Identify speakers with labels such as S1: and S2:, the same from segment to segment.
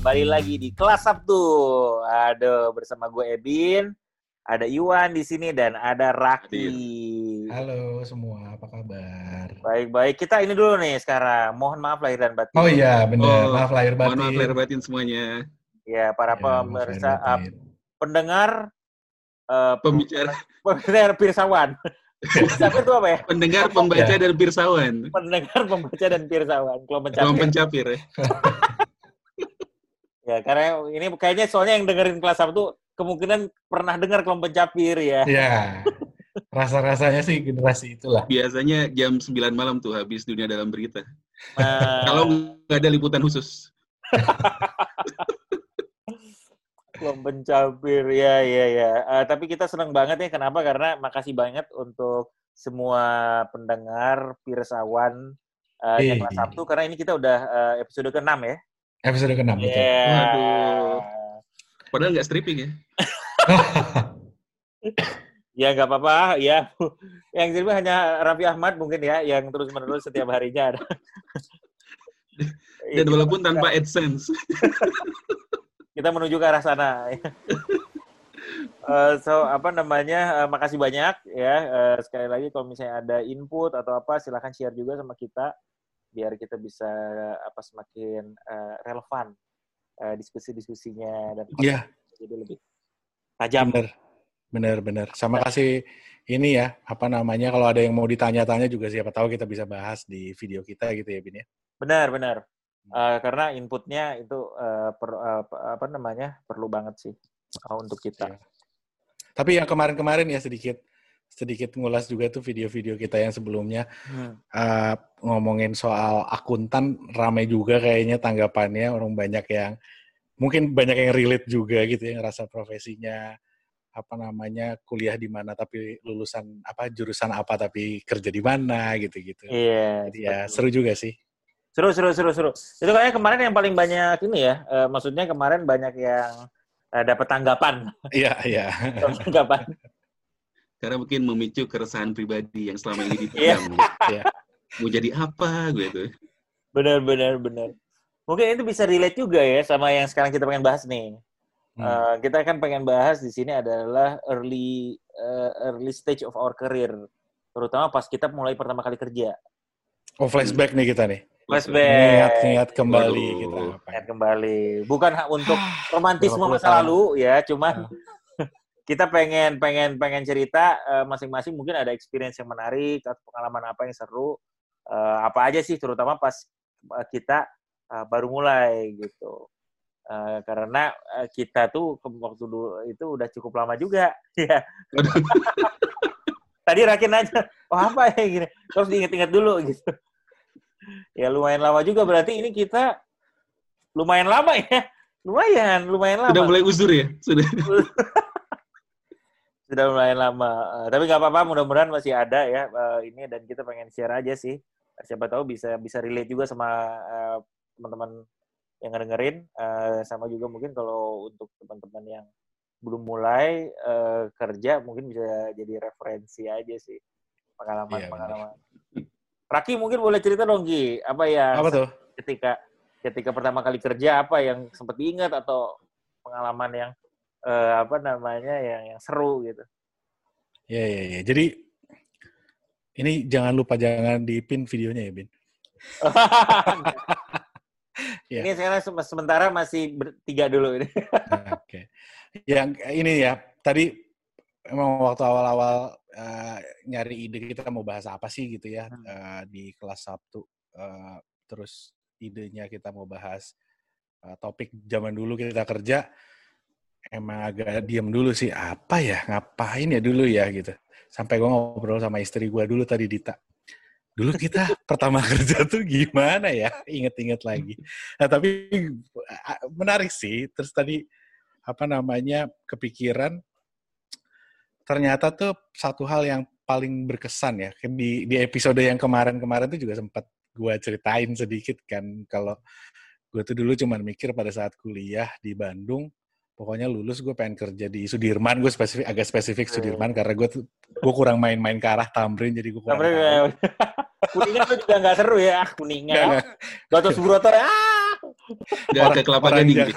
S1: kembali lagi di Kelas Sabtu. Aduh, bersama gue Ebin, ada Iwan di sini dan ada Raki.
S2: Halo semua, apa kabar?
S1: Baik-baik. Kita ini dulu nih sekarang. Mohon maaf lahir dan batin.
S2: Oh iya, benar. Maaf lahir
S3: Mohon maaf lahir
S2: batin.
S3: batin semuanya.
S1: Ya, para
S2: Ya, maaf lahir
S1: pemirsa,
S2: batin.
S1: pendengar,
S3: Pembicara,
S1: pendengar pirsawan. Pirsawan itu apa ya?
S3: pendengar, pembaca,
S2: Ya.
S3: dan pirsawan.
S1: Pendengar, pembaca, dan pirsawan.
S3: Kalau pencapir ya.
S1: Ya, karena ini kayaknya soalnya yang dengerin Kelas Sabtu kemungkinan pernah dengar kelompok pencapir ya.
S2: Ya, rasa-rasanya sih generasi itulah.
S3: Biasanya jam 9 malam tuh habis Dunia Dalam Berita.
S1: Nah,
S3: Kalau nggak ada liputan khusus.
S1: kelompok pencapir, ya. Tapi kita senang banget ya, kenapa? Karena makasih banget untuk semua pendengar pirsawan yang Kelas Sabtu, karena ini kita udah episode ke-6 ya.
S2: Episode ke-6, betul.
S1: Yeah.
S3: Waduh. Padahal nggak stripping ya.
S1: Ya nggak apa-apa, ya. Yang jadi hanya Raffi Ahmad mungkin ya, yang terus-menerus setiap harinya ada.
S3: Dan walaupun tanpa AdSense.
S1: Kita menuju ke arah sana. Makasih banyak ya. Sekali lagi kalau misalnya ada input atau apa, silahkan share juga sama kita biar kita bisa semakin relevan diskusi-diskusinya dan jadi lebih tajam.
S2: Bener. Sama kasih ini ya, kalau ada yang mau ditanya-tanya juga siapa tahu kita bisa bahas di video kita gitu ya, Bin ya.
S1: Benar. Karena inputnya itu perlu banget sih untuk kita.
S2: Ya. Tapi yang kemarin-kemarin ya sedikit ngulas juga tuh video-video kita yang sebelumnya ngomongin soal akuntan, ramai juga kayaknya tanggapannya, orang banyak yang relate juga gitu ya, ngerasa profesinya kuliah di mana tapi lulusan jurusan apa tapi kerja di mana gitu-gitu.
S1: Iya.
S2: Jadi ya seru juga sih.
S1: Seru. Itu kayaknya kemarin yang paling banyak ini ya, maksudnya kemarin banyak yang dapat tanggapan.
S2: Iya.
S1: Tanggapan.
S3: Karena mungkin memicu keresahan pribadi yang selama ini dipendam. Gitu. Mau jadi apa gitu.
S1: Benar. Mungkin itu bisa relate juga ya sama yang sekarang kita pengen bahas nih. Kita kan pengen bahas di sini adalah early stage of our career, terutama pas kita mulai pertama kali kerja.
S2: Oh, flashback nih kita nih.
S1: Flashback.
S2: Ingat kembali kita.
S1: Ingat kembali. Bukan untuk romantisme masa lalu ya, cuman kita pengen cerita masing-masing mungkin ada experience yang menarik atau pengalaman apa yang seru, apa aja sih, terutama pas kita baru mulai gitu. Karena kita tuh waktu dulu itu udah cukup lama juga ya. Tadi Rakin aja, apa ya gini, terus diingat-ingat dulu gitu. Ya lumayan lama juga, berarti ini kita lumayan lama ya. Lumayan lama.
S3: Sudah mulai uzur ya?
S1: Sudah lumayan lama. Tapi nggak apa-apa, mudah-mudahan masih ada ya ini, dan kita pengen share aja sih. Siapa tahu bisa relate juga sama teman-teman yang ngedengerin, sama juga mungkin kalau untuk teman-teman yang belum mulai kerja mungkin bisa jadi referensi aja sih pengalaman. Raki mungkin boleh cerita dong, Gi, apa tuh? Ketika pertama kali kerja, apa yang sempat diingat atau pengalaman yang yang seru gitu.
S2: Ya. Jadi ini jangan di-pin videonya ya, Bin.
S1: Ya. Ini sekarang sementara masih bertiga dulu ini.
S2: Oke. Yang ini ya, tadi emang waktu awal-awal nyari ide kita mau bahas apa sih gitu ya di Kelas Sabtu. Terus idenya kita mau bahas topik zaman dulu kita kerja. Emang agak diem dulu sih, ngapain ya dulu ya gitu. Sampai gue ngobrol sama istri gue dulu tadi, Dita. Dulu kita pertama kerja tuh gimana ya? Ingat-ingat lagi. Nah, tapi menarik sih. Terus tadi kepikiran ternyata tuh satu hal yang paling berkesan ya. Di episode yang kemarin tuh juga sempat gue ceritain sedikit kan, kalau gue tuh dulu cuman mikir pada saat kuliah di Bandung, pokoknya lulus gue pengen kerja di Sudirman. Gue agak spesifik Sudirman karena gue kurang main-main ke arah Tamrin, jadi gue kurang tahu.
S1: Kuningan tuh juga nggak seru ya, Kuningan. Gatot Subroto
S3: Nggak ke Kelapa Gading.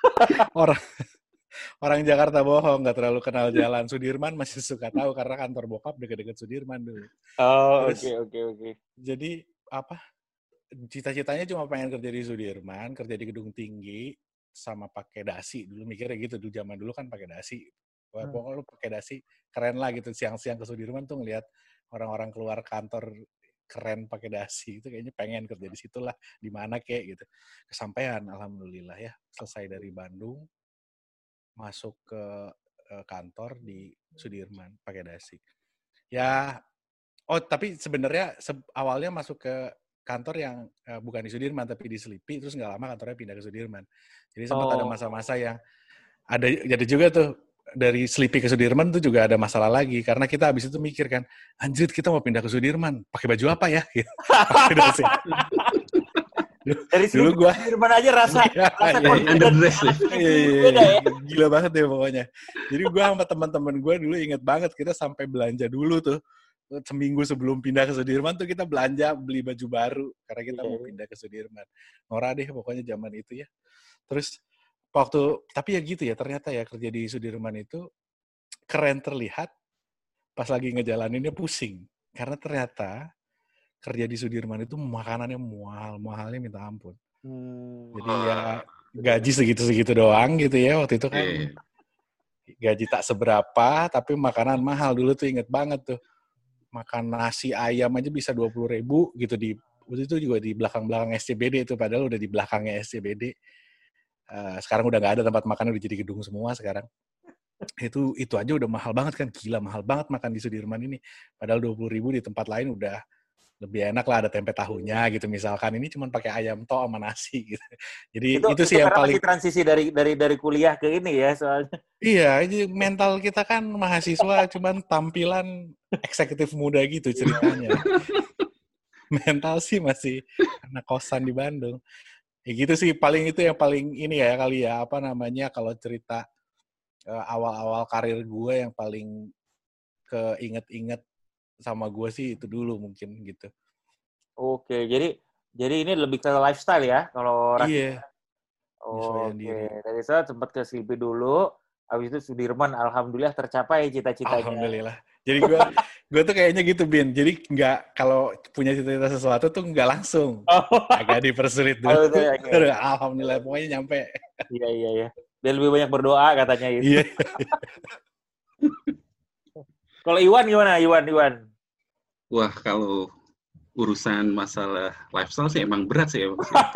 S2: Orang Jakarta bohong, nggak terlalu kenal jalan. Sudirman masih suka tahu karena kantor bokap deket-deket Sudirman dulu.
S1: Oh, oke.
S2: Jadi cita-citanya cuma pengen kerja di Sudirman, kerja di gedung tinggi, sama pakai dasi. Dulu mikirnya gitu, dulu zaman dulu kan pakai dasi. Pokoknya lu pakai dasi, keren lah gitu. Siang-siang ke Sudirman tuh ngeliat orang-orang keluar kantor keren pakai dasi. Itu kayaknya pengen kerja di situ lah, di mana kek gitu. Kesampaian, alhamdulillah ya. Selesai dari Bandung, masuk ke kantor di Sudirman pakai dasi. Ya, tapi sebenarnya awalnya masuk ke kantor yang bukan di Sudirman tapi di Selipi, terus nggak lama kantornya pindah ke Sudirman. Jadi sempat ada masa-masa yang ada juga tuh dari Selipi ke Sudirman tuh juga ada masalah lagi karena kita habis itu mikir kan, anjir kita mau pindah ke Sudirman, pakai baju apa ya? Pakai dasi.
S1: Dari dulu gua Sudirman aja rasa
S3: underdress ya.
S2: Gila banget deh pokoknya. Jadi gua sama teman-teman gua dulu inget banget kita sampai belanja dulu tuh. Seminggu sebelum pindah ke Sudirman tuh kita belanja beli baju baru karena kita mau pindah ke Sudirman. Norak deh pokoknya zaman itu ya. Terus tapi ya gitu ya ternyata ya kerja di Sudirman itu keren terlihat pas lagi ngejalaninnya pusing. Karena ternyata kerja di Sudirman itu makanannya mahalnya minta ampun. Jadi ya gaji segitu-segitu doang gitu ya waktu itu kan. Gaji tak seberapa tapi makanan mahal dulu tuh inget banget tuh. Makan nasi ayam aja bisa 20.000 gitu waktu itu juga di belakang SCBD itu padahal udah di belakangnya SCBD. Sekarang udah nggak ada tempat makan, udah jadi gedung semua sekarang. Itu aja udah mahal banget kan, gila mahal banget makan di Sudirman ini. Padahal 20.000 di tempat lain udah lebih enak lah, ada tempe tahunya gitu misalkan. Ini cuma pakai ayam toh sama nasi gitu. Jadi itu sih yang paling
S1: masih transisi dari kuliah ke ini ya soalnya.
S2: Iya, mental kita kan mahasiswa cuman tampilan eksekutif muda gitu ceritanya. Mental sih masih anak kosan di Bandung. Ya gitu sih, itu yang paling ini ya kali ya, apa namanya kalau cerita awal-awal karir gue yang paling keinget-inget sama gue sih itu dulu mungkin gitu.
S1: Oke, jadi ini lebih ke lifestyle ya kalau
S2: Iya.
S1: Oke, dari saya sempat ke Selipi dulu, habis itu Sudirman, alhamdulillah tercapai cita-citanya.
S2: Alhamdulillah. Jadi gue tuh kayaknya gitu, Bin. Jadi nggak, kalau punya cita-cita sesuatu tuh nggak langsung. Agak dipersulit dulu. Alhamdulillah, pokoknya nyampe.
S1: Iya. Biar lebih banyak berdoa katanya itu.
S2: Iya.
S1: Kalau Iwan gimana, Iwan?
S3: Wah, kalau urusan masalah lifestyle sih emang berat sih.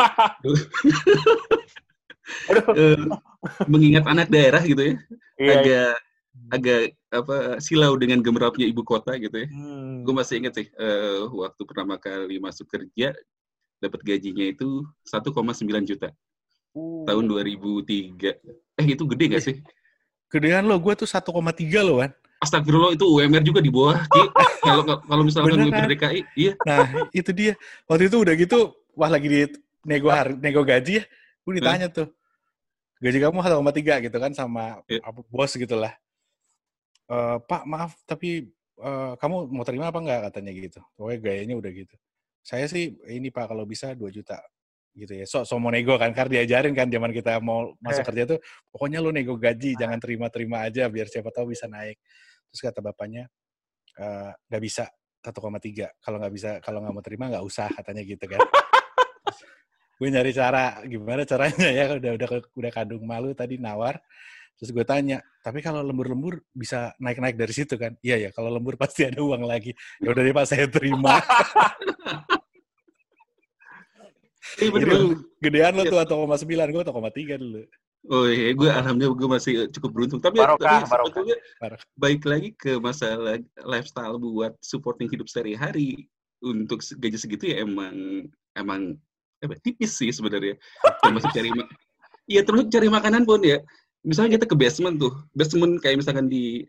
S3: Mengingat anak daerah gitu ya. Iya. Agak silau dengan gemerlapnya ibu kota gitu ya. Gue masih ingat sih waktu pertama kali masuk kerja dapat gajinya itu 1,9 juta. Tahun 2003. Itu gede nggak sih?
S2: Gedean lo, gue tuh 1,3 loh, Wan.
S3: Astagfirullah, itu UMR juga di bawah, Ki. Kalau misalkan UMR DKI, iya.
S2: Nah, itu dia. Waktu itu udah gitu, lagi di nego gaji ya, gue ditanya tuh, gaji kamu 1,3 gitu kan sama bos gitu lah. Pak, maaf, tapi kamu mau terima apa enggak katanya gitu. Pokoknya gayanya udah gitu. Saya sih ini Pak, kalau bisa 2 juta gitu ya. So mau nego kan, karena diajarin kan zaman kita mau masuk kerja tuh, pokoknya lu nego gaji, jangan terima-terima aja biar siapa tahu bisa naik. Terus kata bapaknya, nggak bisa 1,3. Kalau nggak mau terima nggak usah katanya gitu kan. Gue nyari cara gimana caranya ya, udah kadung malu tadi nawar. Terus gue tanya, tapi kalau lembur-lembur bisa naik-naik dari situ kan? Iya ya, kalau lembur pasti ada uang lagi. Ya udah deh Pak, saya terima. Jadi gedean lo tuh 1,9, gue 1,3 dulu.
S3: Oh iya, gue alhamdulillah gue masih cukup beruntung. Tapi sebetulnya baik lagi ke masalah lifestyle buat supporting hidup sehari-hari untuk gaji segitu ya emang tipis sih sebenarnya. Termasuk cari makanan pun ya. Misalnya kita ke basement kayak misalkan di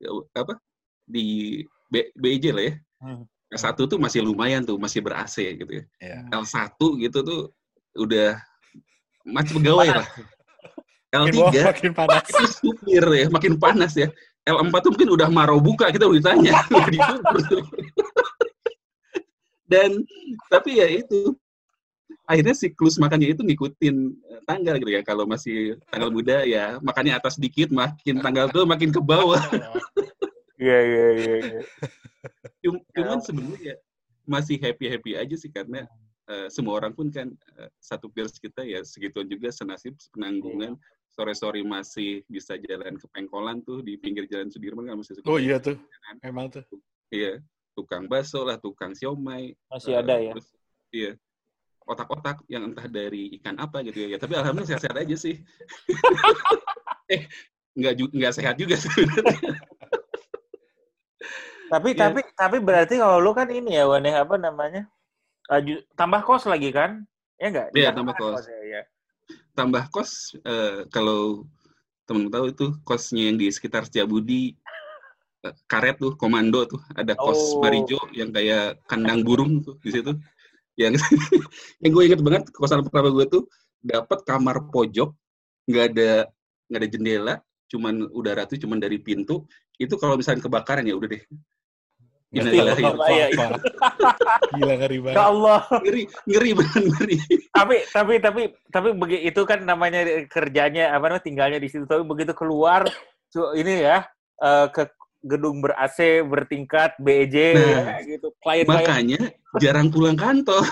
S3: BIJ lah ya. L1 tuh masih lumayan tuh, masih ber-AC gitu ya. L1 gitu tuh udah macam pegawai lah. L3
S2: makin panas.
S3: Itu supir ya, makin panas ya. L4 tuh mungkin udah marau buka, kita udah ditanya. Dan tapi ya itu akhirnya siklus makannya itu ngikutin tanggal gitu ya. Kalau masih tanggal muda ya makannya atas dikit, makin tanggal tua makin ke bawah.
S1: Iya.
S3: Cuman sebenarnya masih happy aja sih karena semua orang pun kan satu pils kita ya segituan juga senasib penanggungan. Sore-sore masih bisa jalan ke pengkolan tuh di pinggir Jalan Sudirman kan masih suka.
S2: Oh iya tuh, emang tuh.
S3: Iya, tukang bakso lah, tukang siomay.
S1: Masih ada ya.
S3: Terus, iya, otak-otak yang entah dari ikan apa gitu ya. Tapi alhamdulillah sehat-sehat aja sih. Nggak sehat juga sebenarnya.
S1: Tapi berarti kalau lu kan ini ya, Wan, apa namanya? Tambah kos lagi kan? Ya nggak?
S3: Iya, tambah kos.
S1: Ya.
S3: Tambah kos, kalau temen tahu itu kosnya yang di sekitar Setiabudi, karet tuh, komando tuh, ada kos Marijo yang kayak kandang burung tuh di situ. Yang gue inget banget kosan pertama gue tuh dapat kamar pojok, nggak ada jendela, cuman udara tuh cuman dari pintu. Itu kalau misalnya kebakaran ya udah deh.
S1: Gila,
S2: ngeri banget.
S1: Ya Allah.
S3: Ngeri banget.
S1: Tapi begitu kan namanya kerjanya apa namanya tinggalnya di situ. Tapi begitu keluar ini ya ke gedung ber-AC bertingkat BEJ ya, gitu.
S3: Makanya jarang pulang kantor.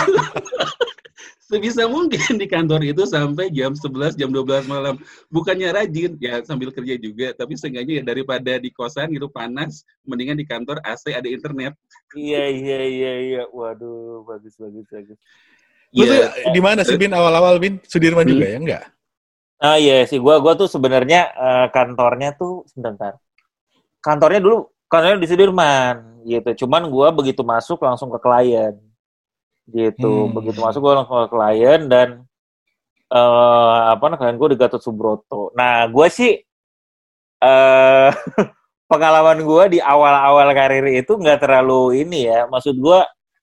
S3: Sebisa mungkin di kantor itu sampai jam 11, jam 12 malam. Bukannya rajin, ya sambil kerja juga. Tapi seenggaknya ya daripada di kosan gitu panas, mendingan di kantor AC ada internet.
S1: Iya. Waduh, bagus.
S2: Lu tuh di mana sih, Bin? Awal-awal, Bin? Sudirman juga ya? Enggak?
S1: Iya sih. Gua tuh sebenarnya kantornya tuh, sebentar. Kantornya di Sudirman, gitu. Cuman gua begitu masuk langsung ke klien. Gitu, begitu masuk gue langsung ke klien dan klien gue di Gatot Subroto. Nah, gue sih pengalaman gue di awal-awal karir itu nggak terlalu ini ya. Maksud gue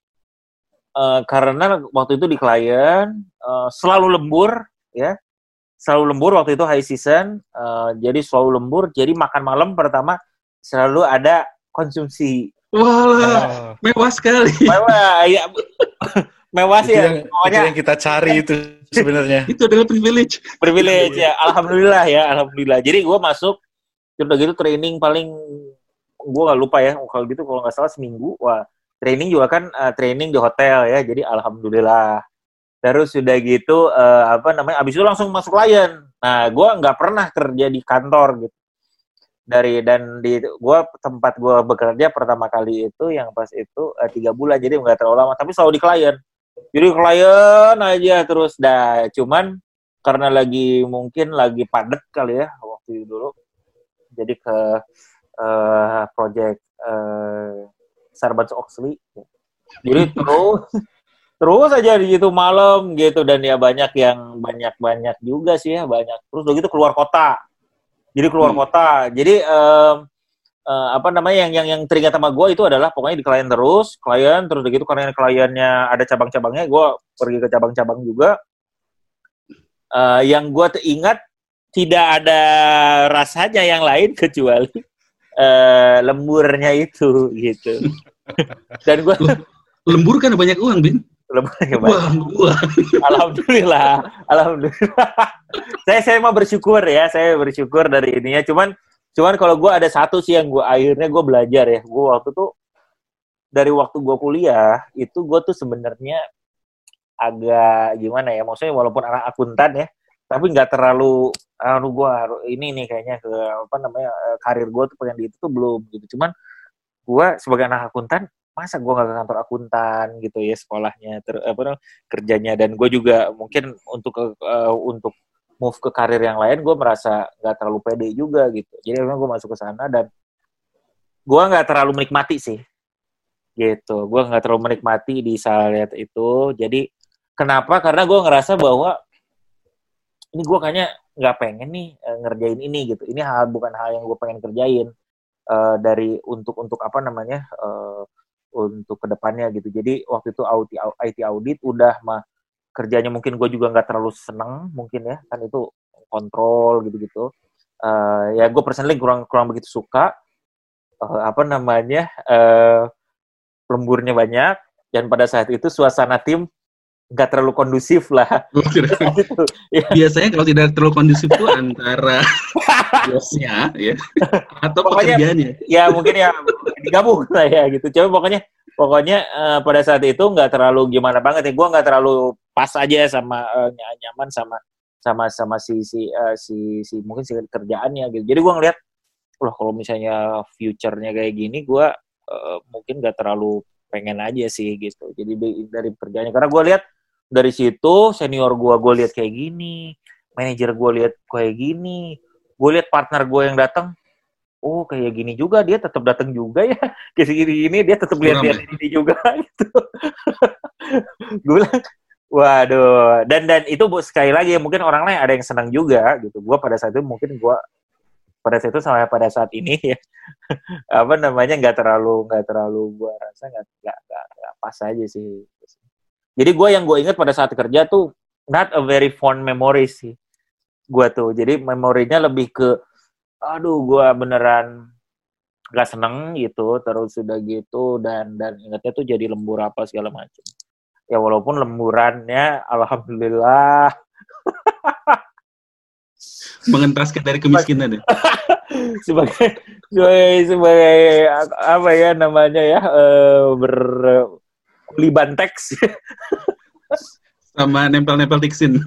S1: karena waktu itu di klien selalu lembur ya, selalu lembur waktu itu high season, jadi selalu lembur. Jadi makan malam pertama selalu ada konsumsi.
S3: Wah, mewah sekali.
S1: Mewah, ya. Mewah sih ya.
S2: Pokoknya yang kita cari itu sebenarnya.
S3: Itu adalah privilege
S1: ya. Alhamdulillah. Jadi gue masuk, udah gitu training paling, gue nggak lupa ya. Kalau gitu kalau nggak salah seminggu. Wah, training juga kan training di hotel ya. Jadi alhamdulillah. Terus udah gitu abis itu langsung masuk klien. Nah, gue nggak pernah kerja di kantor gitu. Tempat gue bekerja pertama kali itu yang pas itu 3 bulan, jadi nggak terlalu lama, tapi selalu di klien. Jadi klien aja terus cuman karena mungkin lagi padat kali ya waktu itu dulu, jadi ke project Sarbanes-Oxley. Jadi terus aja di situ malam gitu, dan ya banyak juga sih ya, banyak. Terus udah gitu keluar kota. Jadi keluar kota. Jadi yang teringat sama gue itu adalah pokoknya di klien terus begitu, karena kliennya ada cabang-cabangnya, gue pergi ke cabang-cabang juga. Yang gue ingat tidak ada rasanya yang lain kecuali lemburnya itu gitu. Dan gue
S3: lembur kan banyak uang, Bin.
S1: Wah. Alhamdulillah. Saya mau bersyukur ya, dari ininya. Cuman kalau gue ada satu sih yang akhirnya gue belajar ya. Gue waktu tuh dari waktu gue kuliah itu gue tuh sebenarnya agak gimana ya, maksudnya walaupun anak akuntan ya, tapi nggak terlalu gue ini nih kayaknya ke karir gue tuh pengen di itu tuh belum gitu. Cuman gue sebagai anak akuntan, masa gue nggak ke kantor akuntan gitu ya, sekolahnya kerjanya, dan gue juga mungkin untuk move ke karir yang lain gue merasa nggak terlalu pede juga gitu. Jadi memang gue masuk ke sana dan gue nggak terlalu menikmati sih gitu. Gue nggak terlalu menikmati di saat itu. Jadi kenapa? Karena gue ngerasa bahwa ini gue kayaknya nggak pengen nih ngerjain ini gitu. Ini bukan hal yang gue pengen kerjain untuk untuk kedepannya gitu. Jadi waktu itu IT audit udah kerjanya mungkin gue juga nggak terlalu seneng mungkin ya, kan itu kontrol gitu-gitu. Ya gue personally kurang begitu suka. Lemburnya banyak, dan pada saat itu suasana tim nggak terlalu kondusif lah.
S3: Gitu. Biasanya kalau tidak terlalu kondusif itu antara bosnya ya atau pokoknya, pekerjaannya.
S1: Ya mungkin ya digabung lah ya gitu. Coba pokoknya pada saat itu nggak terlalu gimana banget ya. Gue nggak terlalu pas aja sama nyaman sama si mungkin si kerjaannya gitu. Jadi gue ngeliat, loh kalau misalnya future-nya kayak gini, gue mungkin nggak terlalu pengen aja sih gitu. Jadi dari kerjanya, karena gue lihat dari situ senior gue lihat kayak gini, manajer gue lihat kayak gini, gue lihat partner gue yang datang, oh kayak gini juga dia tetap datang juga ya, kayak gini dia tetap lihat ini juga gitu. Gue bilang, waduh, dan itu sekali lagi mungkin orang lain ada yang senang juga gitu. Gue pada saat itu pada saat itu sampai pada saat ini ya nggak terlalu gue rasa nggak pas aja sih. Jadi gue ingat pada saat kerja tuh not a very fond memory sih gue tuh. Jadi memorinya lebih ke aduh gue beneran nggak seneng gitu, terus udah gitu dan ingatnya tuh jadi lembur apa segala macam. Ya walaupun lemburannya alhamdulillah
S3: mengentaskan dari kemiskinan ya.
S1: sebagai apa ya namanya ya berliban teks
S3: sama nempel tiksin.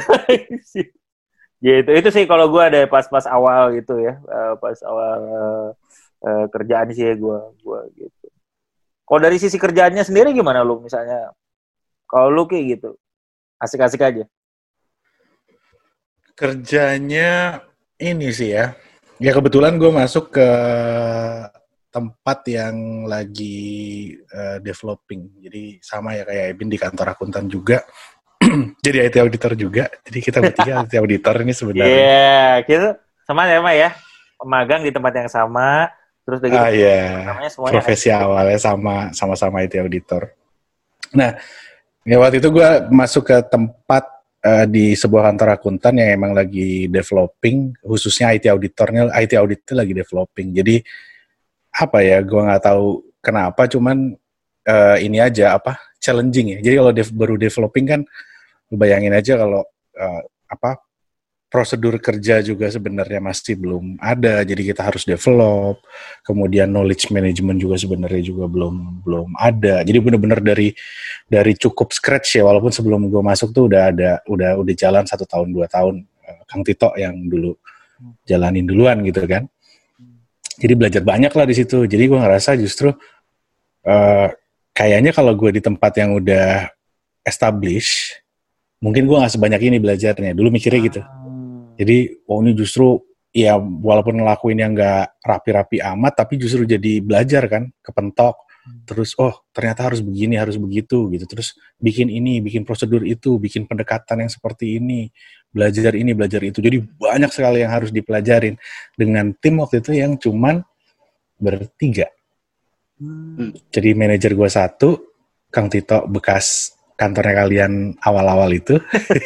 S1: Gitu. Itu sih kalau gue ada pas awal gitu ya, pas awal kerjaan sih ya gue gitu. Kalau dari sisi kerjaannya sendiri gimana lu misalnya? Kalau lu kayak gitu, asik-asik aja.
S2: Kerjanya ini sih ya. Ya kebetulan gue masuk ke tempat yang lagi developing. Jadi sama ya kayak Ebin di kantor akuntan juga. Jadi IT auditor juga. Jadi kita bertiga IT auditor ini sebenarnya.
S1: Iya, yeah, kita sama ya. Magang di tempat yang sama. Terus begitu.
S2: Iya. Profesi awalnya sama-sama IT auditor. Nah, ya waktu itu gue masuk ke tempat di sebuah kantor akuntan yang emang lagi developing, khususnya IT auditornya, IT auditnya lagi developing. Jadi apa ya, gue nggak tahu kenapa, cuman ini aja challenging ya. Jadi kalau baru developing kan, bayangin aja kalau prosedur kerja juga sebenarnya masih belum ada, jadi kita harus develop. Kemudian knowledge management juga sebenarnya juga belum ada. Jadi benar-benar dari cukup scratch ya, walaupun sebelum gue masuk tuh udah jalan 1 tahun 2 tahun Kang Tito yang dulu jalanin duluan gitu kan. Jadi belajar banyak lah di situ. Jadi gue ngerasa justru kayaknya kalau gue di tempat yang udah established, mungkin gue nggak sebanyak ini belajarnya. Dulu mikirnya gitu. Jadi, ini justru, ya walaupun ngelakuin yang nggak rapi-rapi amat, tapi justru jadi belajar kan, kepentok. Terus, ternyata harus begini, harus begitu, gitu. Terus bikin prosedur itu, bikin pendekatan yang seperti ini, belajar itu. Jadi banyak sekali yang harus dipelajarin. Dengan tim waktu itu yang cuman bertiga. Jadi manajer gue 1, Kang Tito bekas kantornya kalian awal-awal itu.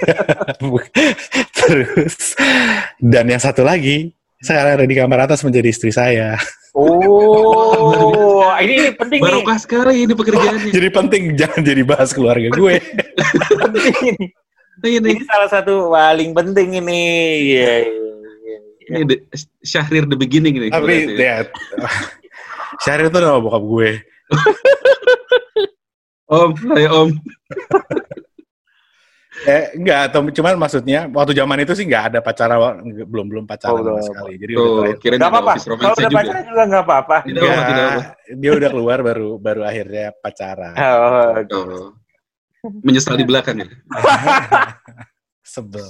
S2: Terus, dan yang satu lagi, sekarang ada di kamar atas menjadi istri saya.
S1: Oh, ini penting nih.
S3: Barokah sekali ini pekerjaannya.
S2: Jadi penting, jangan jadi bahas keluarga gue.
S1: Penting ini salah satu paling penting ini.
S3: Ini Syahrir the beginning nih.
S2: Tapi, ya, Syahrir itu nama bokap gue.
S3: Om, hai Om.
S2: Enggak, cuman maksudnya waktu zaman itu sih enggak ada pacaran, belum pacaran sama sekali. Jadi
S1: enggak apa-apa. Kalau udah pacaran juga enggak apa-apa.
S2: Dia udah keluar baru akhirnya pacaran.
S3: Menyesal di belakang ya.
S2: Sebel.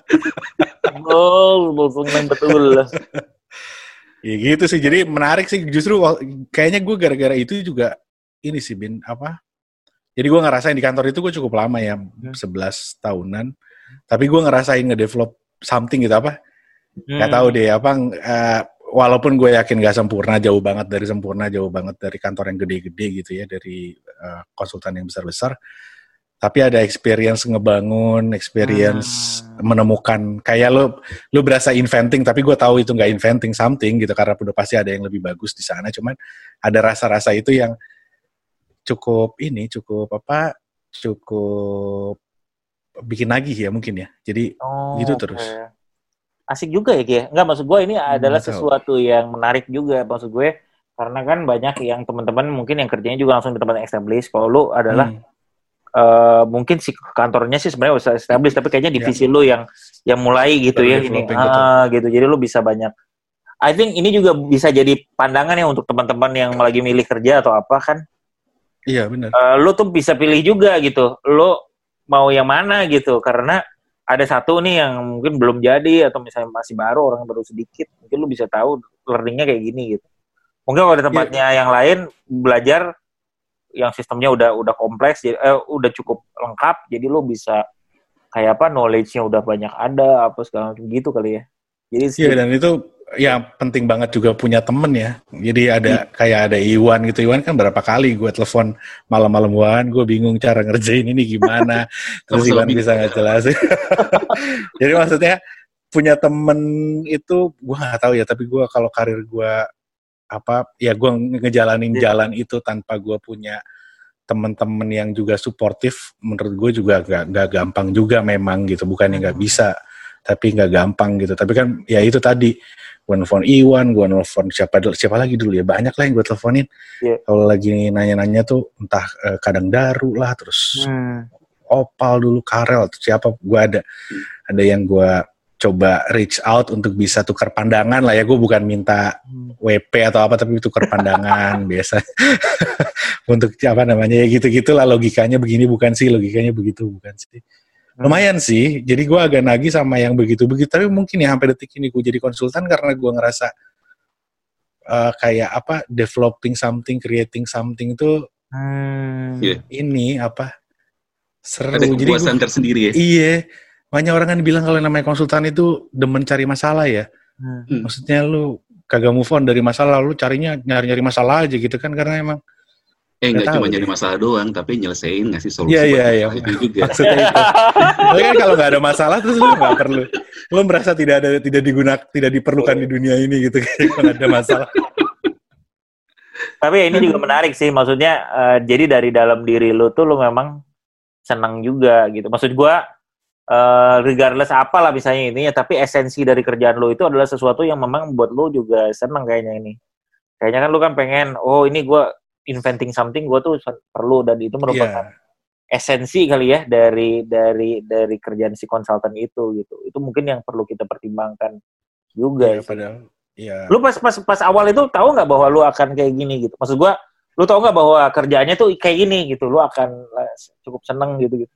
S1: Betul.
S2: Ya gitu sih. Jadi menarik sih, justru kayaknya gue gara-gara itu juga ini sih Bin, jadi gue ngerasain di kantor itu gue cukup lama ya, 11 tahunan. Tapi gue ngerasain ngedevelop something gitu Gak tahu deh walaupun gue yakin gak sempurna, jauh banget dari kantor yang gede-gede gitu ya, dari konsultan yang besar-besar. Tapi ada experience ngebangun, menemukan, kayak lo berasa inventing, tapi gue tahu itu gak inventing something gitu, karena udah pasti ada yang lebih bagus di sana. Cuman ada rasa-rasa itu yang cukup cukup bikin nagih ya mungkin ya. Jadi gitu terus.
S1: Asik juga ya Ki. Enggak, maksud gue ini adalah sesuatu yang menarik juga. Maksud gue karena kan banyak yang teman-teman mungkin yang kerjanya juga langsung di tempat yang established. Kalau lu adalah mungkin si kantornya sih sebenarnya udah established, tapi kayaknya divisi lu yang mulai gitu ya ini. Gitu. Jadi lu bisa banyak. I think ini juga bisa jadi pandangan ya untuk teman-teman yang lagi milih kerja atau apa kan.
S2: Iya, benar.
S1: Lu tuh bisa pilih juga gitu. Lu mau yang mana gitu. Karena ada satu nih yang mungkin belum jadi atau misalnya masih baru, orang baru sedikit. Mungkin lu bisa tahu learning-nya kayak gini gitu. Mungkin kalau di tempatnya yang lain belajar yang sistemnya udah kompleks, udah cukup lengkap, jadi lo bisa kayak apa knowledge-nya udah banyak ada apa segala macam gitu kali ya. Jadi
S2: dan itu ya penting banget juga punya temen ya. Jadi kayak ada Iwan gitu. Iwan kan berapa kali gue telepon malam-malam gue bingung cara ngerjain ini gimana. Terus Iwan bisa ngejelasin. Jadi maksudnya punya temen itu gue nggak tahu ya. Tapi gue kalau karir gue gue ngejalanin jalan itu tanpa gue punya teman-teman yang juga suportif, menurut gue juga gak gampang juga memang gitu, bukannya gak bisa, tapi gak gampang gitu. Tapi kan ya itu tadi, gue nelfon Iwan, gue nelfon siapa lagi dulu ya, banyak lah yang gue teleponin. Kalau lagi nanya-nanya tuh entah Kadang Daru lah, terus Opal dulu, Karel, siapa, gue ada yang gue coba reach out untuk bisa tukar pandangan lah ya. Gue bukan minta WP atau apa, tapi tukar pandangan biasa. Untuk apa namanya ya gitu-gitulah, logikanya begini bukan sih, logikanya begitu bukan sih. Lumayan sih. Jadi gue agak nagih sama yang begitu-begitu. Tapi mungkin ya sampai detik ini gue jadi konsultan karena gue ngerasa kayak apa, developing something, creating something itu ini apa seru.
S3: Ada kepuasan tersendiri ya.
S2: Iya. Banyak orang kan bilang kalau namanya konsultan itu demen cari masalah ya. Maksudnya lu kagak move on dari masalah, lu carinya nyari-nyari masalah aja gitu kan, karena emang
S3: nggak cuma nyari masalah doang, tapi nyelesain, ngasih solusi.
S2: Iya.
S3: Itu juga.
S2: Maksudnya itu. Tapi kan kalau nggak ada masalah terus lu nggak perlu. Lu merasa tidak diperlukan di dunia ini gitu kalau nggak ada masalah.
S1: Tapi ini juga menarik sih, maksudnya jadi dari dalam diri lu tuh lu memang senang juga gitu. Maksud gua regardless apalah misalnya ini ya, tapi esensi dari kerjaan lo itu adalah sesuatu yang memang buat lo juga senang kayaknya ini. Kayaknya kan lo kan pengen, ini gue inventing something, gue tuh perlu, dan itu merupakan esensi kali ya dari kerjaan si konsultan itu gitu. Itu mungkin yang perlu kita pertimbangkan juga.
S2: Padahal,
S1: Lo pas awal itu tahu nggak bahwa lo akan kayak gini gitu? Maksud gue, lo tahu nggak bahwa kerjaannya tuh kayak gini gitu? Lo akan cukup seneng gitu.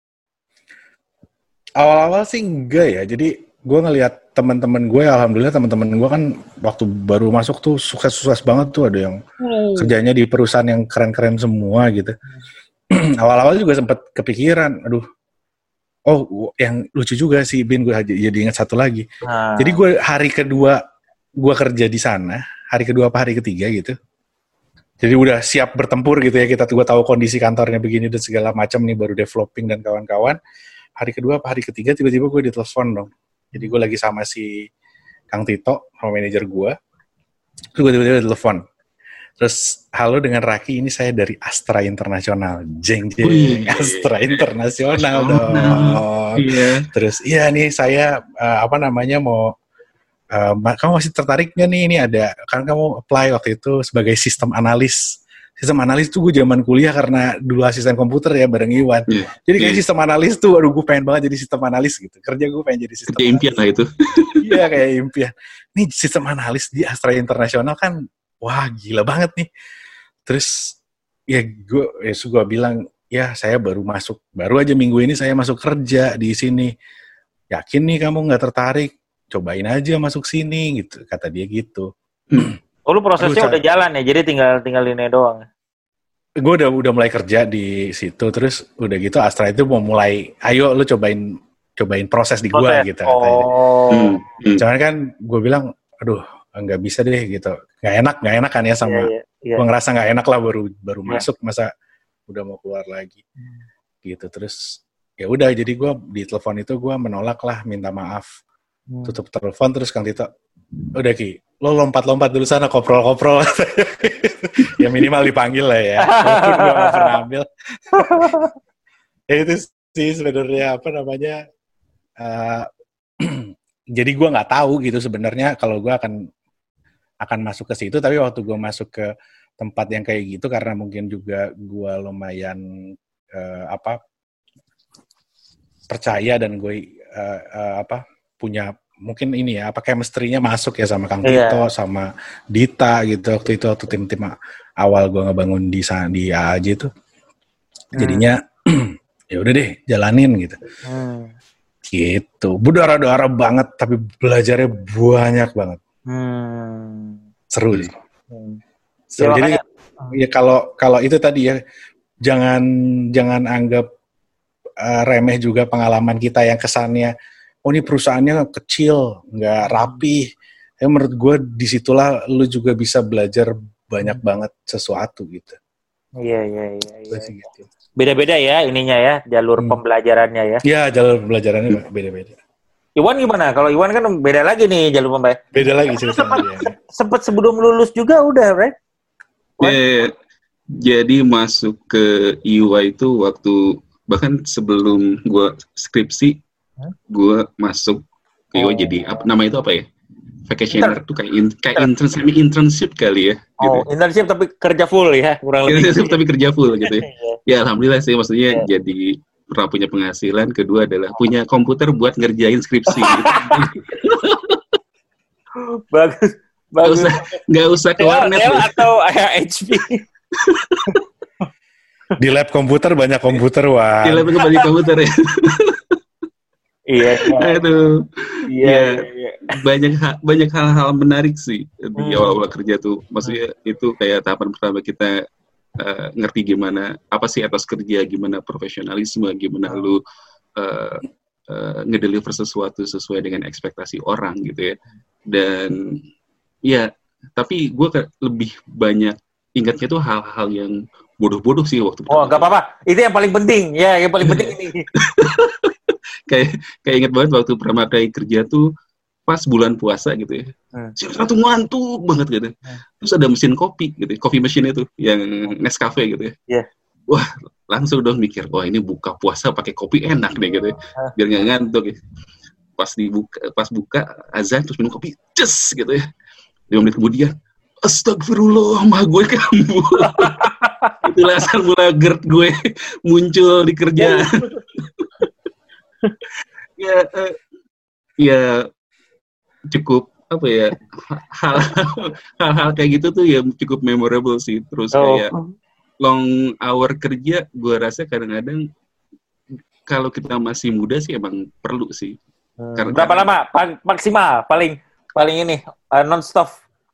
S2: Awal-awal sih enggak ya, jadi gue ngelihat teman-teman gue, alhamdulillah teman-teman gue kan waktu baru masuk tuh sukses banget tuh, ada yang kerjanya di perusahaan yang keren-keren semua gitu. Awal-awal juga sempat kepikiran, yang lucu juga sih Bin, gue jadi ingat satu lagi. Jadi gue hari kedua gue kerja di sana, hari kedua apa hari ketiga gitu. Jadi udah siap bertempur gitu ya, gue tahu kondisi kantornya begini dan segala macam nih, baru developing dan kawan-kawan. Hari kedua apa hari ketiga tiba-tiba gue ditelepon dong. Jadi gue lagi sama si Kang Tito, sama manajer gue. Terus gue tiba-tiba ditelepon. Terus, halo dengan Raki, ini saya dari Astra Internasional. Jeng. Astra Internasional dong.
S3: Iya.
S2: Terus, nih saya mau kamu masih tertarik nggak nih? Ini ada, kan kamu apply waktu itu sebagai sistem analis. Sistem analis tuh gue zaman kuliah karena dulu asisten komputer ya bareng Iwan. Jadi kayak sistem analis tuh, gue pengen banget jadi sistem analis gitu. Kerja gue pengen jadi sistem analis.
S3: Impian lah itu.
S2: Iya kayak impian. Nih sistem analis di Astra Internasional kan, wah gila banget nih. Terus gue bilang, ya saya baru aja minggu ini saya masuk kerja di sini. Yakin nih kamu nggak tertarik? Cobain aja masuk sini gitu, kata dia gitu.
S1: Lu prosesnya udah jalan ya, jadi tinggal ini doang.
S2: Gue udah mulai kerja di situ, terus udah gitu Astra itu mau mulai, ayo lu cobain proses di gue gitu. Cuman kan gue bilang, aduh nggak bisa deh gitu, nggak enak kan ya sama, gue ngerasa nggak enak lah baru masuk, masa udah mau keluar lagi gitu. Terus ya udah, jadi gue di telepon itu gue menolak lah, minta maaf, tutup telepon. Terus Kang Tito, udah Ki, lo lompat-lompat dulu sana, koprol-koprol. Ya minimal dipanggil lah ya. Walaupun gue gak pernah ambil. Itu sih sebenarnya apa namanya. Jadi gue nggak tahu gitu sebenarnya kalau gue akan masuk ke situ, tapi waktu gue masuk ke tempat yang kayak gitu karena mungkin juga gue lumayan percaya dan gue punya mungkin ini ya chemistry-nya masuk ya sama Kang Tito sama Dita gitu waktu itu waktu tim-tim awal gue ngebangun di AAJ itu. Jadinya ya udah deh jalanin gitu. Gitu. Berdarah-darah banget tapi belajarnya banyak banget. Seru sih. Seru. Jadi ya kalau itu tadi ya jangan anggap remeh juga pengalaman kita yang kesannya ini perusahaannya kecil, nggak rapi. Ya menurut gue disitulah lu juga bisa belajar banyak banget sesuatu gitu.
S1: Iya. Gitu. Beda-beda ya ininya ya, jalur pembelajarannya ya.
S2: Iya, jalur pembelajarannya beda-beda.
S1: Iwan gimana? Kalau Iwan kan beda lagi nih jalur pembelajaran.
S2: Beda lagi ceritanya.
S1: Sempat sebelum lulus juga udah, right?
S3: Jadi masuk ke UI itu waktu bahkan sebelum gue skripsi, gue masuk ke UI jadi nama itu apa ya? Vacationer tuh kayak internship kali ya.
S1: Gitu. Internship tapi kerja full ya, kurang lebih.
S3: Internship tapi kerja full gitu ya. Ya alhamdulillah sih, maksudnya jadi pernah punya penghasilan, kedua adalah punya komputer buat ngerjain skripsi. Gitu.
S1: Bagus.
S3: Nggak usah ke warnet.
S1: Atau HP.
S2: Di lab komputer banyak komputer, wah.
S3: Di lab banyak komputer ya.
S1: Iya.
S3: Aduh. Iya. Banyak hal-hal menarik sih di awal-awal kerja tuh. Maksudnya itu kayak tahapan pertama kita ngerti gimana apa sih etos kerja, gimana profesionalisme, gimana lu ngedeliver sesuatu sesuai dengan ekspektasi orang gitu ya. Dan ya, tapi gue lebih banyak ingatnya tuh hal-hal yang bodoh-bodoh sih waktu
S1: pertama. Gak apa-apa. Itu yang paling penting. Ya, yang paling penting ini.
S3: kayak ingat banget waktu pertama kali kerja tuh pas bulan puasa gitu ya. Satu ngantuk banget gitu. Terus ada mesin kopi gitu, coffee machine itu yang Nescafe gitu ya.
S1: Yeah.
S3: Wah, langsung dong mikir, wah ini buka puasa pakai kopi enak deh gitu ya. Biar nggak ngantuk ya. Pas buka azan terus minum kopi, ces gitu ya. 5 menit kemudian, astagfirullah, mah gue kambuh. Itulah asal mula GERD gue muncul di kerjaan. Ya cukup apa ya, hal-hal kayak gitu tuh ya cukup memorable sih. Terus kayak long hour kerja, gue rasa kadang-kadang kalau kita masih muda sih emang perlu sih.
S1: Berapa lama maksimal paling ini non-stop?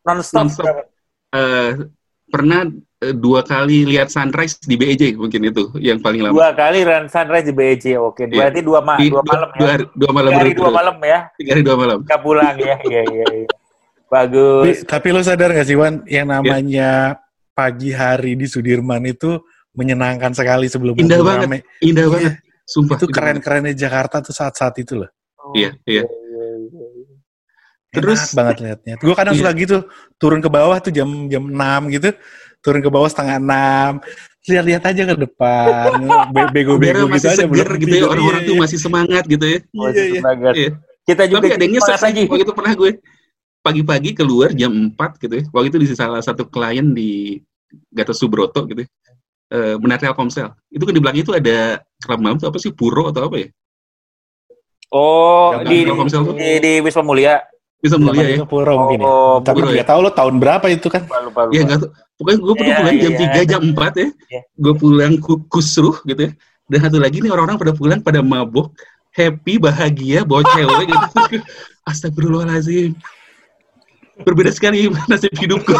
S3: Pernah 2 kali lihat sunrise di BEJ mungkin itu yang paling lama.
S1: 2 kali lihat sunrise di BEJ, oke. Berarti 2 malam ya.
S3: 2 malam.
S1: 3 hari 2 malam ya.
S3: 3 hari 2 malam.
S1: Kita pulang ya. Iya. Bagus.
S2: Tapi lo sadar nggak sih, Wan, yang namanya pagi hari di Sudirman itu menyenangkan sekali sebelum
S3: indah banget. Indah banget. Sumpah.
S2: Itu keren-kerennya Jakarta tuh saat-saat itu loh.
S3: Iya.
S2: Terus banget liatnya. Gue kadang suka gitu, turun ke bawah tuh jam 6 gitu, turun ke bawah 5:30, lihat-lihat aja ke depan, bego-bego gitu aja.
S3: Masih seger gitu ya, orang-orang tuh masih semangat gitu ya.
S1: Iya. Kita juga.
S3: Tapi ada yang nyesek lagi. Waktu itu pernah gue pagi-pagi keluar jam 4 gitu ya. Waktu itu di salah satu klien di Gatot Subroto gitu ya. Benar Telkomsel. Itu kan di belakang itu ada klub malam tuh apa sih, Puro atau apa ya?
S1: Oh, di Wisma Mulia.
S3: Bisa mulia ya.
S2: Puro mungkin ya. Tapi nggak tahu lo tahun berapa itu kan.
S1: Lupa.
S3: Ya nggak tahu. Pokoknya gue pernah pulang jam 3, jam 4 ya. Gue pulang kusruh gitu ya. Dan satu lagi nih orang-orang pada pulang pada mabuk, happy, bahagia, bawa cewek gitu. Astagfirullahaladzim. Berbeda sekali nasib hidupku.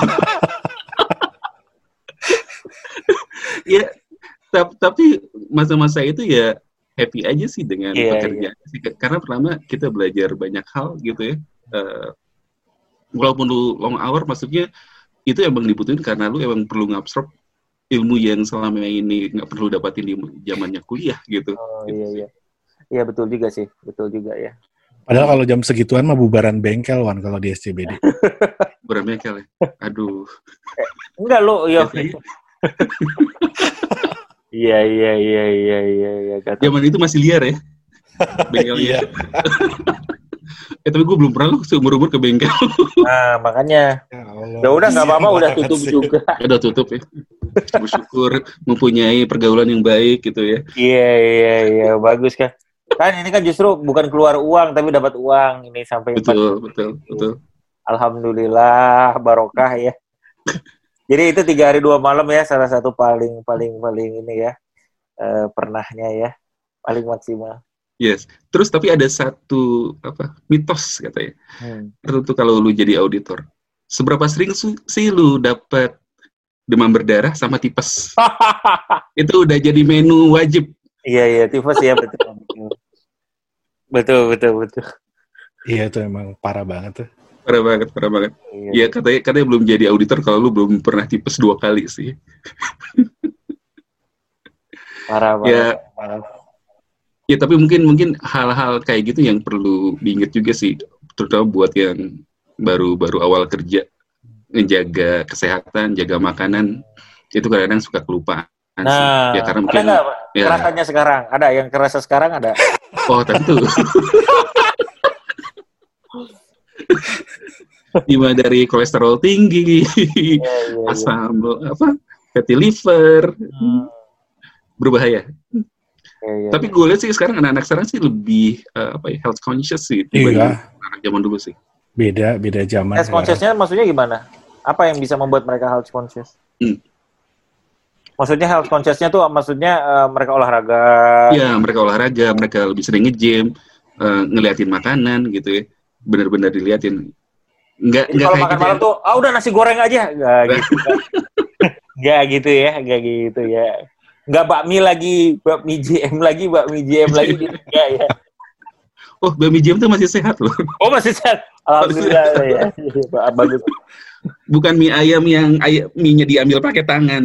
S3: Ya, tapi masa-masa itu ya happy aja sih dengan pekerjaan. Karena pertama kita belajar banyak hal gitu ya. Walaupun lu long hour, maksudnya itu emang dibutuhin karena lu emang perlu ngabsorb ilmu yang selama ini nggak perlu dapatin di zamannya kuliah gitu.
S1: Iya betul juga sih, betul juga ya.
S2: Padahal kalau jam segituan mah bubaran bengkel, Wan, kalau di SCBD.
S3: Bubaran bengkel ya? Aduh.
S1: Enggak lo, ya. Iya.
S3: Zaman itu masih liar ya. Bengkelnya. Tapi gue belum pernah loh seumur-umur ke bengkel.
S1: Nah, makanya. Ya udah nggak apa-apa, udah tutup juga.
S3: Udah tutup ya. Bersyukur mempunyai pergaulan yang baik gitu ya.
S1: Iya, bagus kan. Kan ini kan justru bukan keluar uang tapi dapat uang ini sampai
S3: betul.
S1: Alhamdulillah barokah ya. Jadi itu 3 hari 2 malam ya, salah satu paling ini ya pernahnya ya, paling maksimal.
S3: Yes. Terus tapi ada satu mitos katanya. Tertentu kalau lu jadi auditor, seberapa sering sih lu dapat demam berdarah sama tipes? Itu udah jadi menu wajib.
S1: Iya tipes ya betul.
S2: Iya itu emang parah banget tuh.
S3: Parah banget. Iya katanya belum jadi auditor kalau lu belum pernah tipes 2 kali sih.
S1: Parah banget.
S3: Ya tapi mungkin hal-hal kayak gitu yang perlu diingat juga sih, terutama buat yang baru awal kerja, menjaga kesehatan, jaga makanan, itu kadang-kadang suka kelupaan.
S1: Nah,
S3: ya, karena mungkin
S1: ada nggak kerasanya sekarang? Ada yang kerasa sekarang ada?
S3: Oh tentu. Dimana dari kolesterol tinggi, asam fatty liver, berbahaya. Tapi gue lihat sih sekarang anak-anak sekarang sih lebih health conscious sih dibanding anak zaman dulu sih.
S2: Beda zaman.
S1: Health consciousnya maksudnya gimana? Apa yang bisa membuat mereka health conscious? Maksudnya health consciousnya tuh maksudnya mereka olahraga.
S3: Iya, mereka olahraga, mereka lebih sering nge-gym, ngeliatin makanan gitu ya. Benar-benar diliatin. Enggak
S1: kalau makan malam tuh udah nasi goreng aja. Enggak gitu ya. Enggak bakmi GM lagi gitu. Enggak ya.
S3: Oh, bakmi GM tuh masih sehat loh.
S1: Oh, masih sehat. Alhamdulillah ya. Bagus.
S3: Bukan mie ayam yang mie-nya diambil pakai tangan.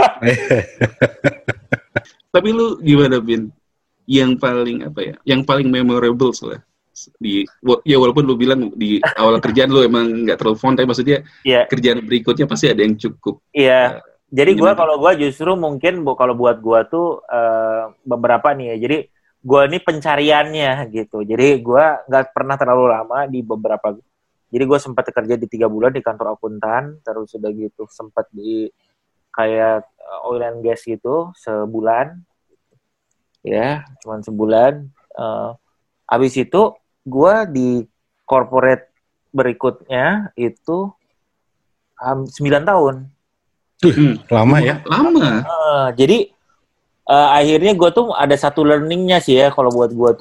S3: Tapi lu gimana, Bin? Yang paling memorable lah. Walaupun lu bilang di awal kerjaan lu emang nggak terlalu fun, tapi maksudnya kerjaan berikutnya pasti ada yang cukup.
S1: Iya. Jadi kalau gue justru mungkin kalau buat gue tuh beberapa nih ya. Jadi gue ini pencariannya gitu. Jadi gue nggak pernah terlalu lama di beberapa. Jadi gue sempat kerja di 3 bulan di kantor akuntan, terus udah gitu sempat di kayak oil and gas gitu sebulan. Ya, cuma sebulan. Abis itu gue di corporate berikutnya itu 9 tahun.
S2: Lama ya?
S3: Lama.
S1: Jadi akhirnya gue tuh ada satu learningnya sih ya kalau buat gue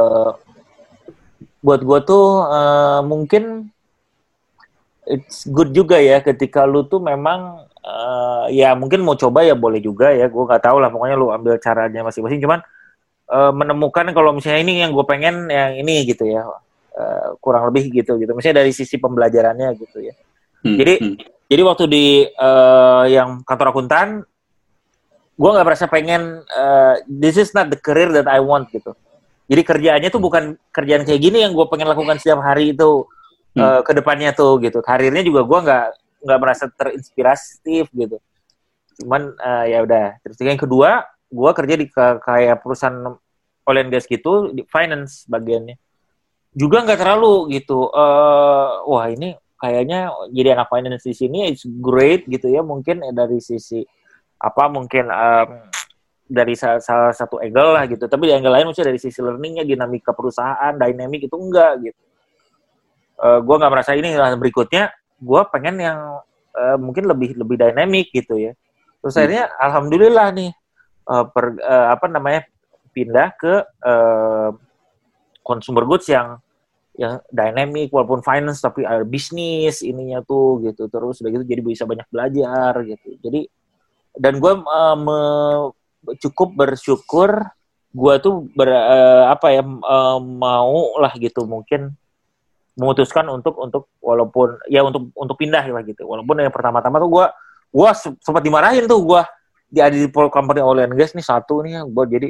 S1: tuh mungkin it's good juga ya ketika lu tuh memang ya mungkin mau coba ya boleh juga ya, gue nggak tahu lah, pokoknya lu ambil caranya masing-masing, cuman menemukan kalau misalnya ini yang gue pengen yang ini gitu ya, kurang lebih gitu misalnya dari sisi pembelajarannya gitu ya. Jadi waktu di yang kantor akuntan, gue nggak merasa pengen this is not the career that I want gitu. Jadi kerjaannya tuh bukan kerjaan kayak gini yang gue pengen lakukan setiap hari itu ke depannya tuh gitu. Karirnya juga gue nggak merasa terinspiratif gitu. Cuman ya udah. Terus yang kedua, gue kerja di kayak perusahaan oil and gas gitu, di finance bagiannya. Juga nggak terlalu gitu. Wah ini kayaknya jadi anak finance di sini it's great gitu ya, mungkin dari sisi mungkin dari salah satu angle lah gitu, tapi di angle lain maksudnya dari sisi learningnya, dinamika perusahaan, dynamic itu enggak gitu. Gue nggak merasa ini. Berikutnya gue pengen yang mungkin lebih dynamic gitu ya. Terus akhirnya alhamdulillah nih pindah ke consumer goods yang dynamic walaupun finance tapi ada bisnis ininya tuh gitu. Terus udah gitu jadi bisa banyak belajar gitu. Jadi dan gue cukup bersyukur gue tuh mau lah gitu mungkin memutuskan untuk walaupun ya untuk pindah lah gitu. Walaupun yang pertama-tama tuh gue sempat dimarahin tuh, gue di company oil and gas nih satu nih gue jadi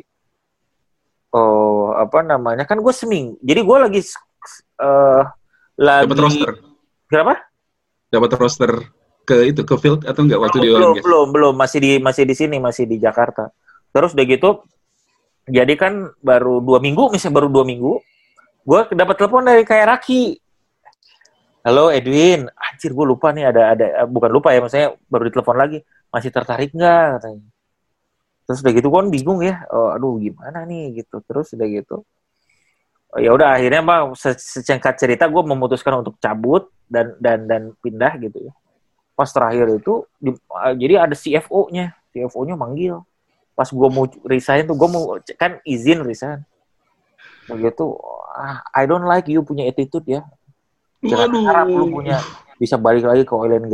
S1: kan gue seming. Jadi gue lagi
S3: dapat roster.
S1: Kenapa?
S3: Dapat roster ke field atau enggak waktu di oil and gas?
S1: Belum, masih di sini, masih di Jakarta. Terus udah gitu, jadi kan baru 2 minggu, gue dapat telepon dari kayak Raki. Halo Edwin, anjir gue lupa nih ada bukan lupa ya, maksudnya baru ditelepon lagi, masih tertarik nggak katanya. Terus udah gitu gue bingung ya, aduh gimana nih gitu. Terus udah gitu, ya udah akhirnya mah secengkat cerita gue memutuskan untuk cabut dan pindah gitu ya. Pas terakhir itu jadi ada CFO-nya manggil. Pas gue mau resign tuh, gue mau kan izin resign. Begitu, I don't like you punya attitude ya. Jangan harap lu bisa balik lagi ke oil and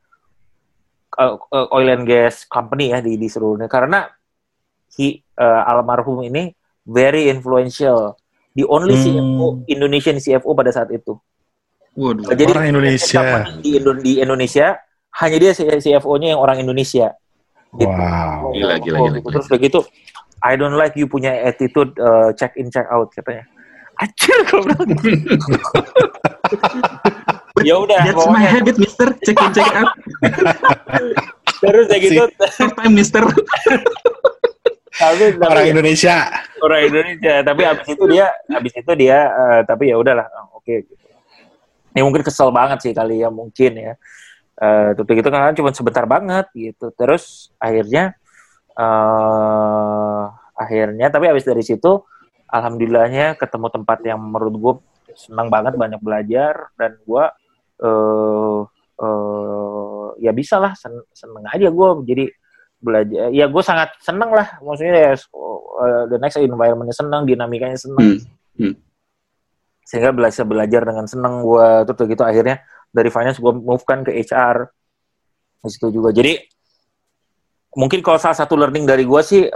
S1: gas company ya di seluruhnya. Karena almarhum ini very influential. The only CFO, Indonesian CFO pada saat itu.
S2: Waduh, jadi orang Indonesia.
S1: Di Indonesia, hanya dia CFO-nya yang orang Indonesia. Gitu.
S2: Wow.
S3: Gila.
S1: Terus begitu, I don't like you punya attitude check in, check out, katanya. Acir, gue bilang. Ya udah.
S3: That's my habit, Mister. Check in, check out.
S1: Terus kayak gitu.
S3: First time, Mister.
S1: Tapi
S2: orang Indonesia.
S1: Tapi abis itu dia tapi ya udahlah, oke. Gitu. Ya mungkin kesel banget sih kali ya, mungkin ya. Terus gitu kan cuma sebentar banget gitu. Terus akhirnya tapi abis dari situ alhamdulillahnya ketemu tempat yang menurut gue senang banget, banyak belajar, dan gue ya bisa lah, seneng aja gue jadi belajar. Ya gue sangat seneng lah, maksudnya ya, the next environment-nya seneng, dinamikanya seneng. Sehingga belajar dengan seneng gue. Terus gitu akhirnya dari finance gue move kan ke HR di situ juga. Jadi mungkin kalau salah satu learning dari gue sih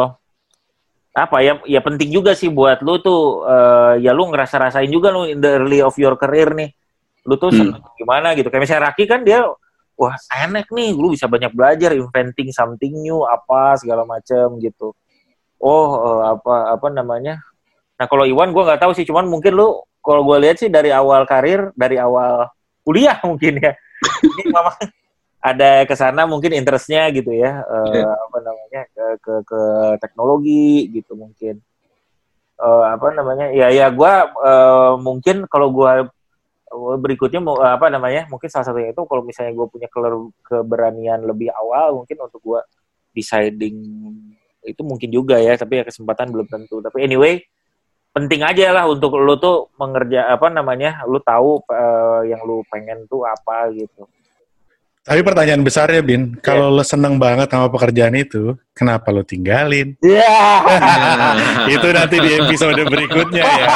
S1: ya penting juga sih buat lu tuh ya lu ngerasa-rasain juga lu in the early of your career nih. Lu tuh seneng gimana gitu. Kayak misalnya Raki kan dia wah enak nih, lu bisa banyak belajar, inventing something new, apa segala macam gitu. Apa namanya? Nah kalau Iwan gue nggak tahu sih, cuman mungkin lu kalau gue lihat sih dari awal karir, dari awal kuliah mungkin ya, ini memang ada kesana mungkin interestnya gitu ya, apa namanya ke teknologi gitu mungkin. Apa namanya? Ya gue mungkin kalau gue berikutnya apa namanya, mungkin salah satunya itu kalau misalnya gue punya keberanian lebih awal mungkin untuk gue deciding itu mungkin juga ya, tapi ya kesempatan belum tentu. Tapi anyway, penting aja lah untuk lu tuh lu tahu yang lu pengen tuh apa gitu.
S2: Tapi pertanyaan besarnya, Bin, kalau lo seneng banget sama pekerjaan itu, kenapa lo tinggalin? Itu nanti di episode berikutnya ya.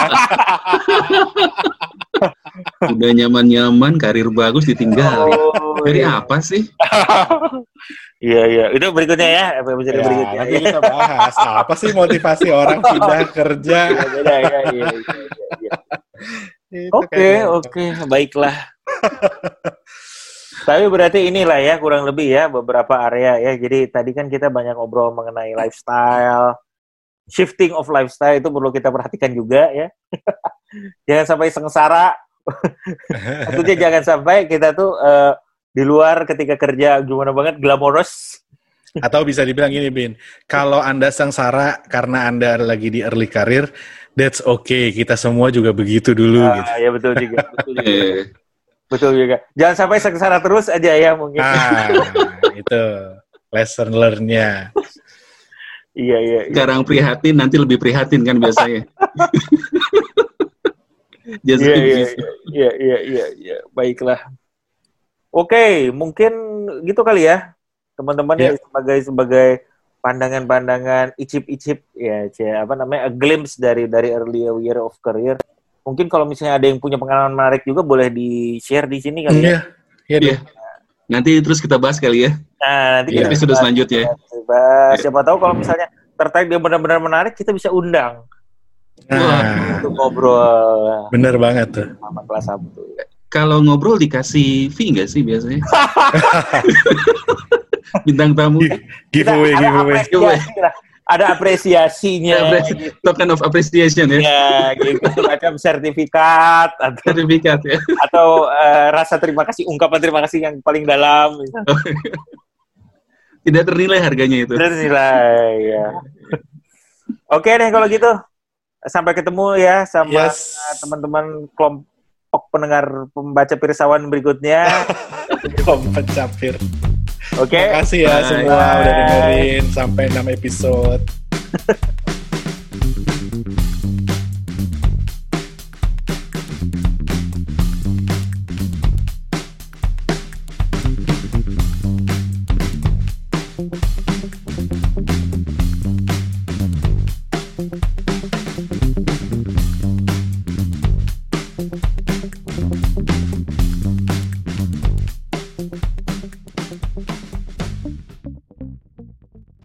S3: Udah nyaman-nyaman, karir bagus ditinggalin. Dari apa sih?
S1: Iya. Itu berikutnya ya, episode berikutnya.
S2: Nanti kita bahas apa sih motivasi orang pindah kerja.
S1: Iya. Oke, baiklah. Tapi berarti inilah ya kurang lebih ya beberapa area ya. Jadi tadi kan kita banyak ngobrol mengenai lifestyle, shifting of lifestyle itu perlu kita perhatikan juga ya. Jangan sampai sengsara. Tentunya jangan sampai kita tuh di luar ketika kerja gimana banget glamorous.
S2: Atau bisa dibilang gini, Bin, kalau Anda sengsara karena Anda lagi di early career, that's okay. Kita semua juga begitu dulu. Gitu.
S1: Ya betul juga. Betul juga. Jangan sampai sengsara terus aja ya mungkin.
S2: Itu lesson learn-nya.
S1: Iya.
S3: Sekarang prihatin, nanti lebih prihatin kan biasanya.
S1: Iya. Baiklah. Oke, mungkin gitu kali ya. Teman-teman ya sebagai pandangan-pandangan icip-icip ya, a glimpse dari early year of career. Mungkin kalau misalnya ada yang punya pengalaman menarik juga boleh di-share di sini kali ya.
S3: Iya. Nanti terus kita bahas kali ya.
S1: Nah, nanti kita
S3: episode selanjutnya.
S1: Siapa tahu kalau misalnya tertarik dia benar-benar menarik, kita bisa undang. Untuk ngobrol.
S2: Bener banget tuh.
S1: Sama kelas Sabtu.
S3: Kalau ngobrol dikasih fee nggak sih biasanya? Bintang tamu.
S2: Giveaway.
S1: Ada apresiasinya.
S3: Token of appreciation ya.
S1: Ya, gitu. Macam sertifikat.
S3: Sertifikat ya.
S1: Atau rasa terima kasih, ungkapan terima kasih yang paling dalam.
S3: Tidak ternilai harganya itu.
S1: Ternilai, ya. Oke deh kalau gitu. Sampai ketemu ya sama teman-teman kelompok pendengar pembaca Pirsawan berikutnya.
S2: Kelompok Capir.
S1: Oke.
S2: Terima kasih ya semua udah dengerin sampai 6 episode.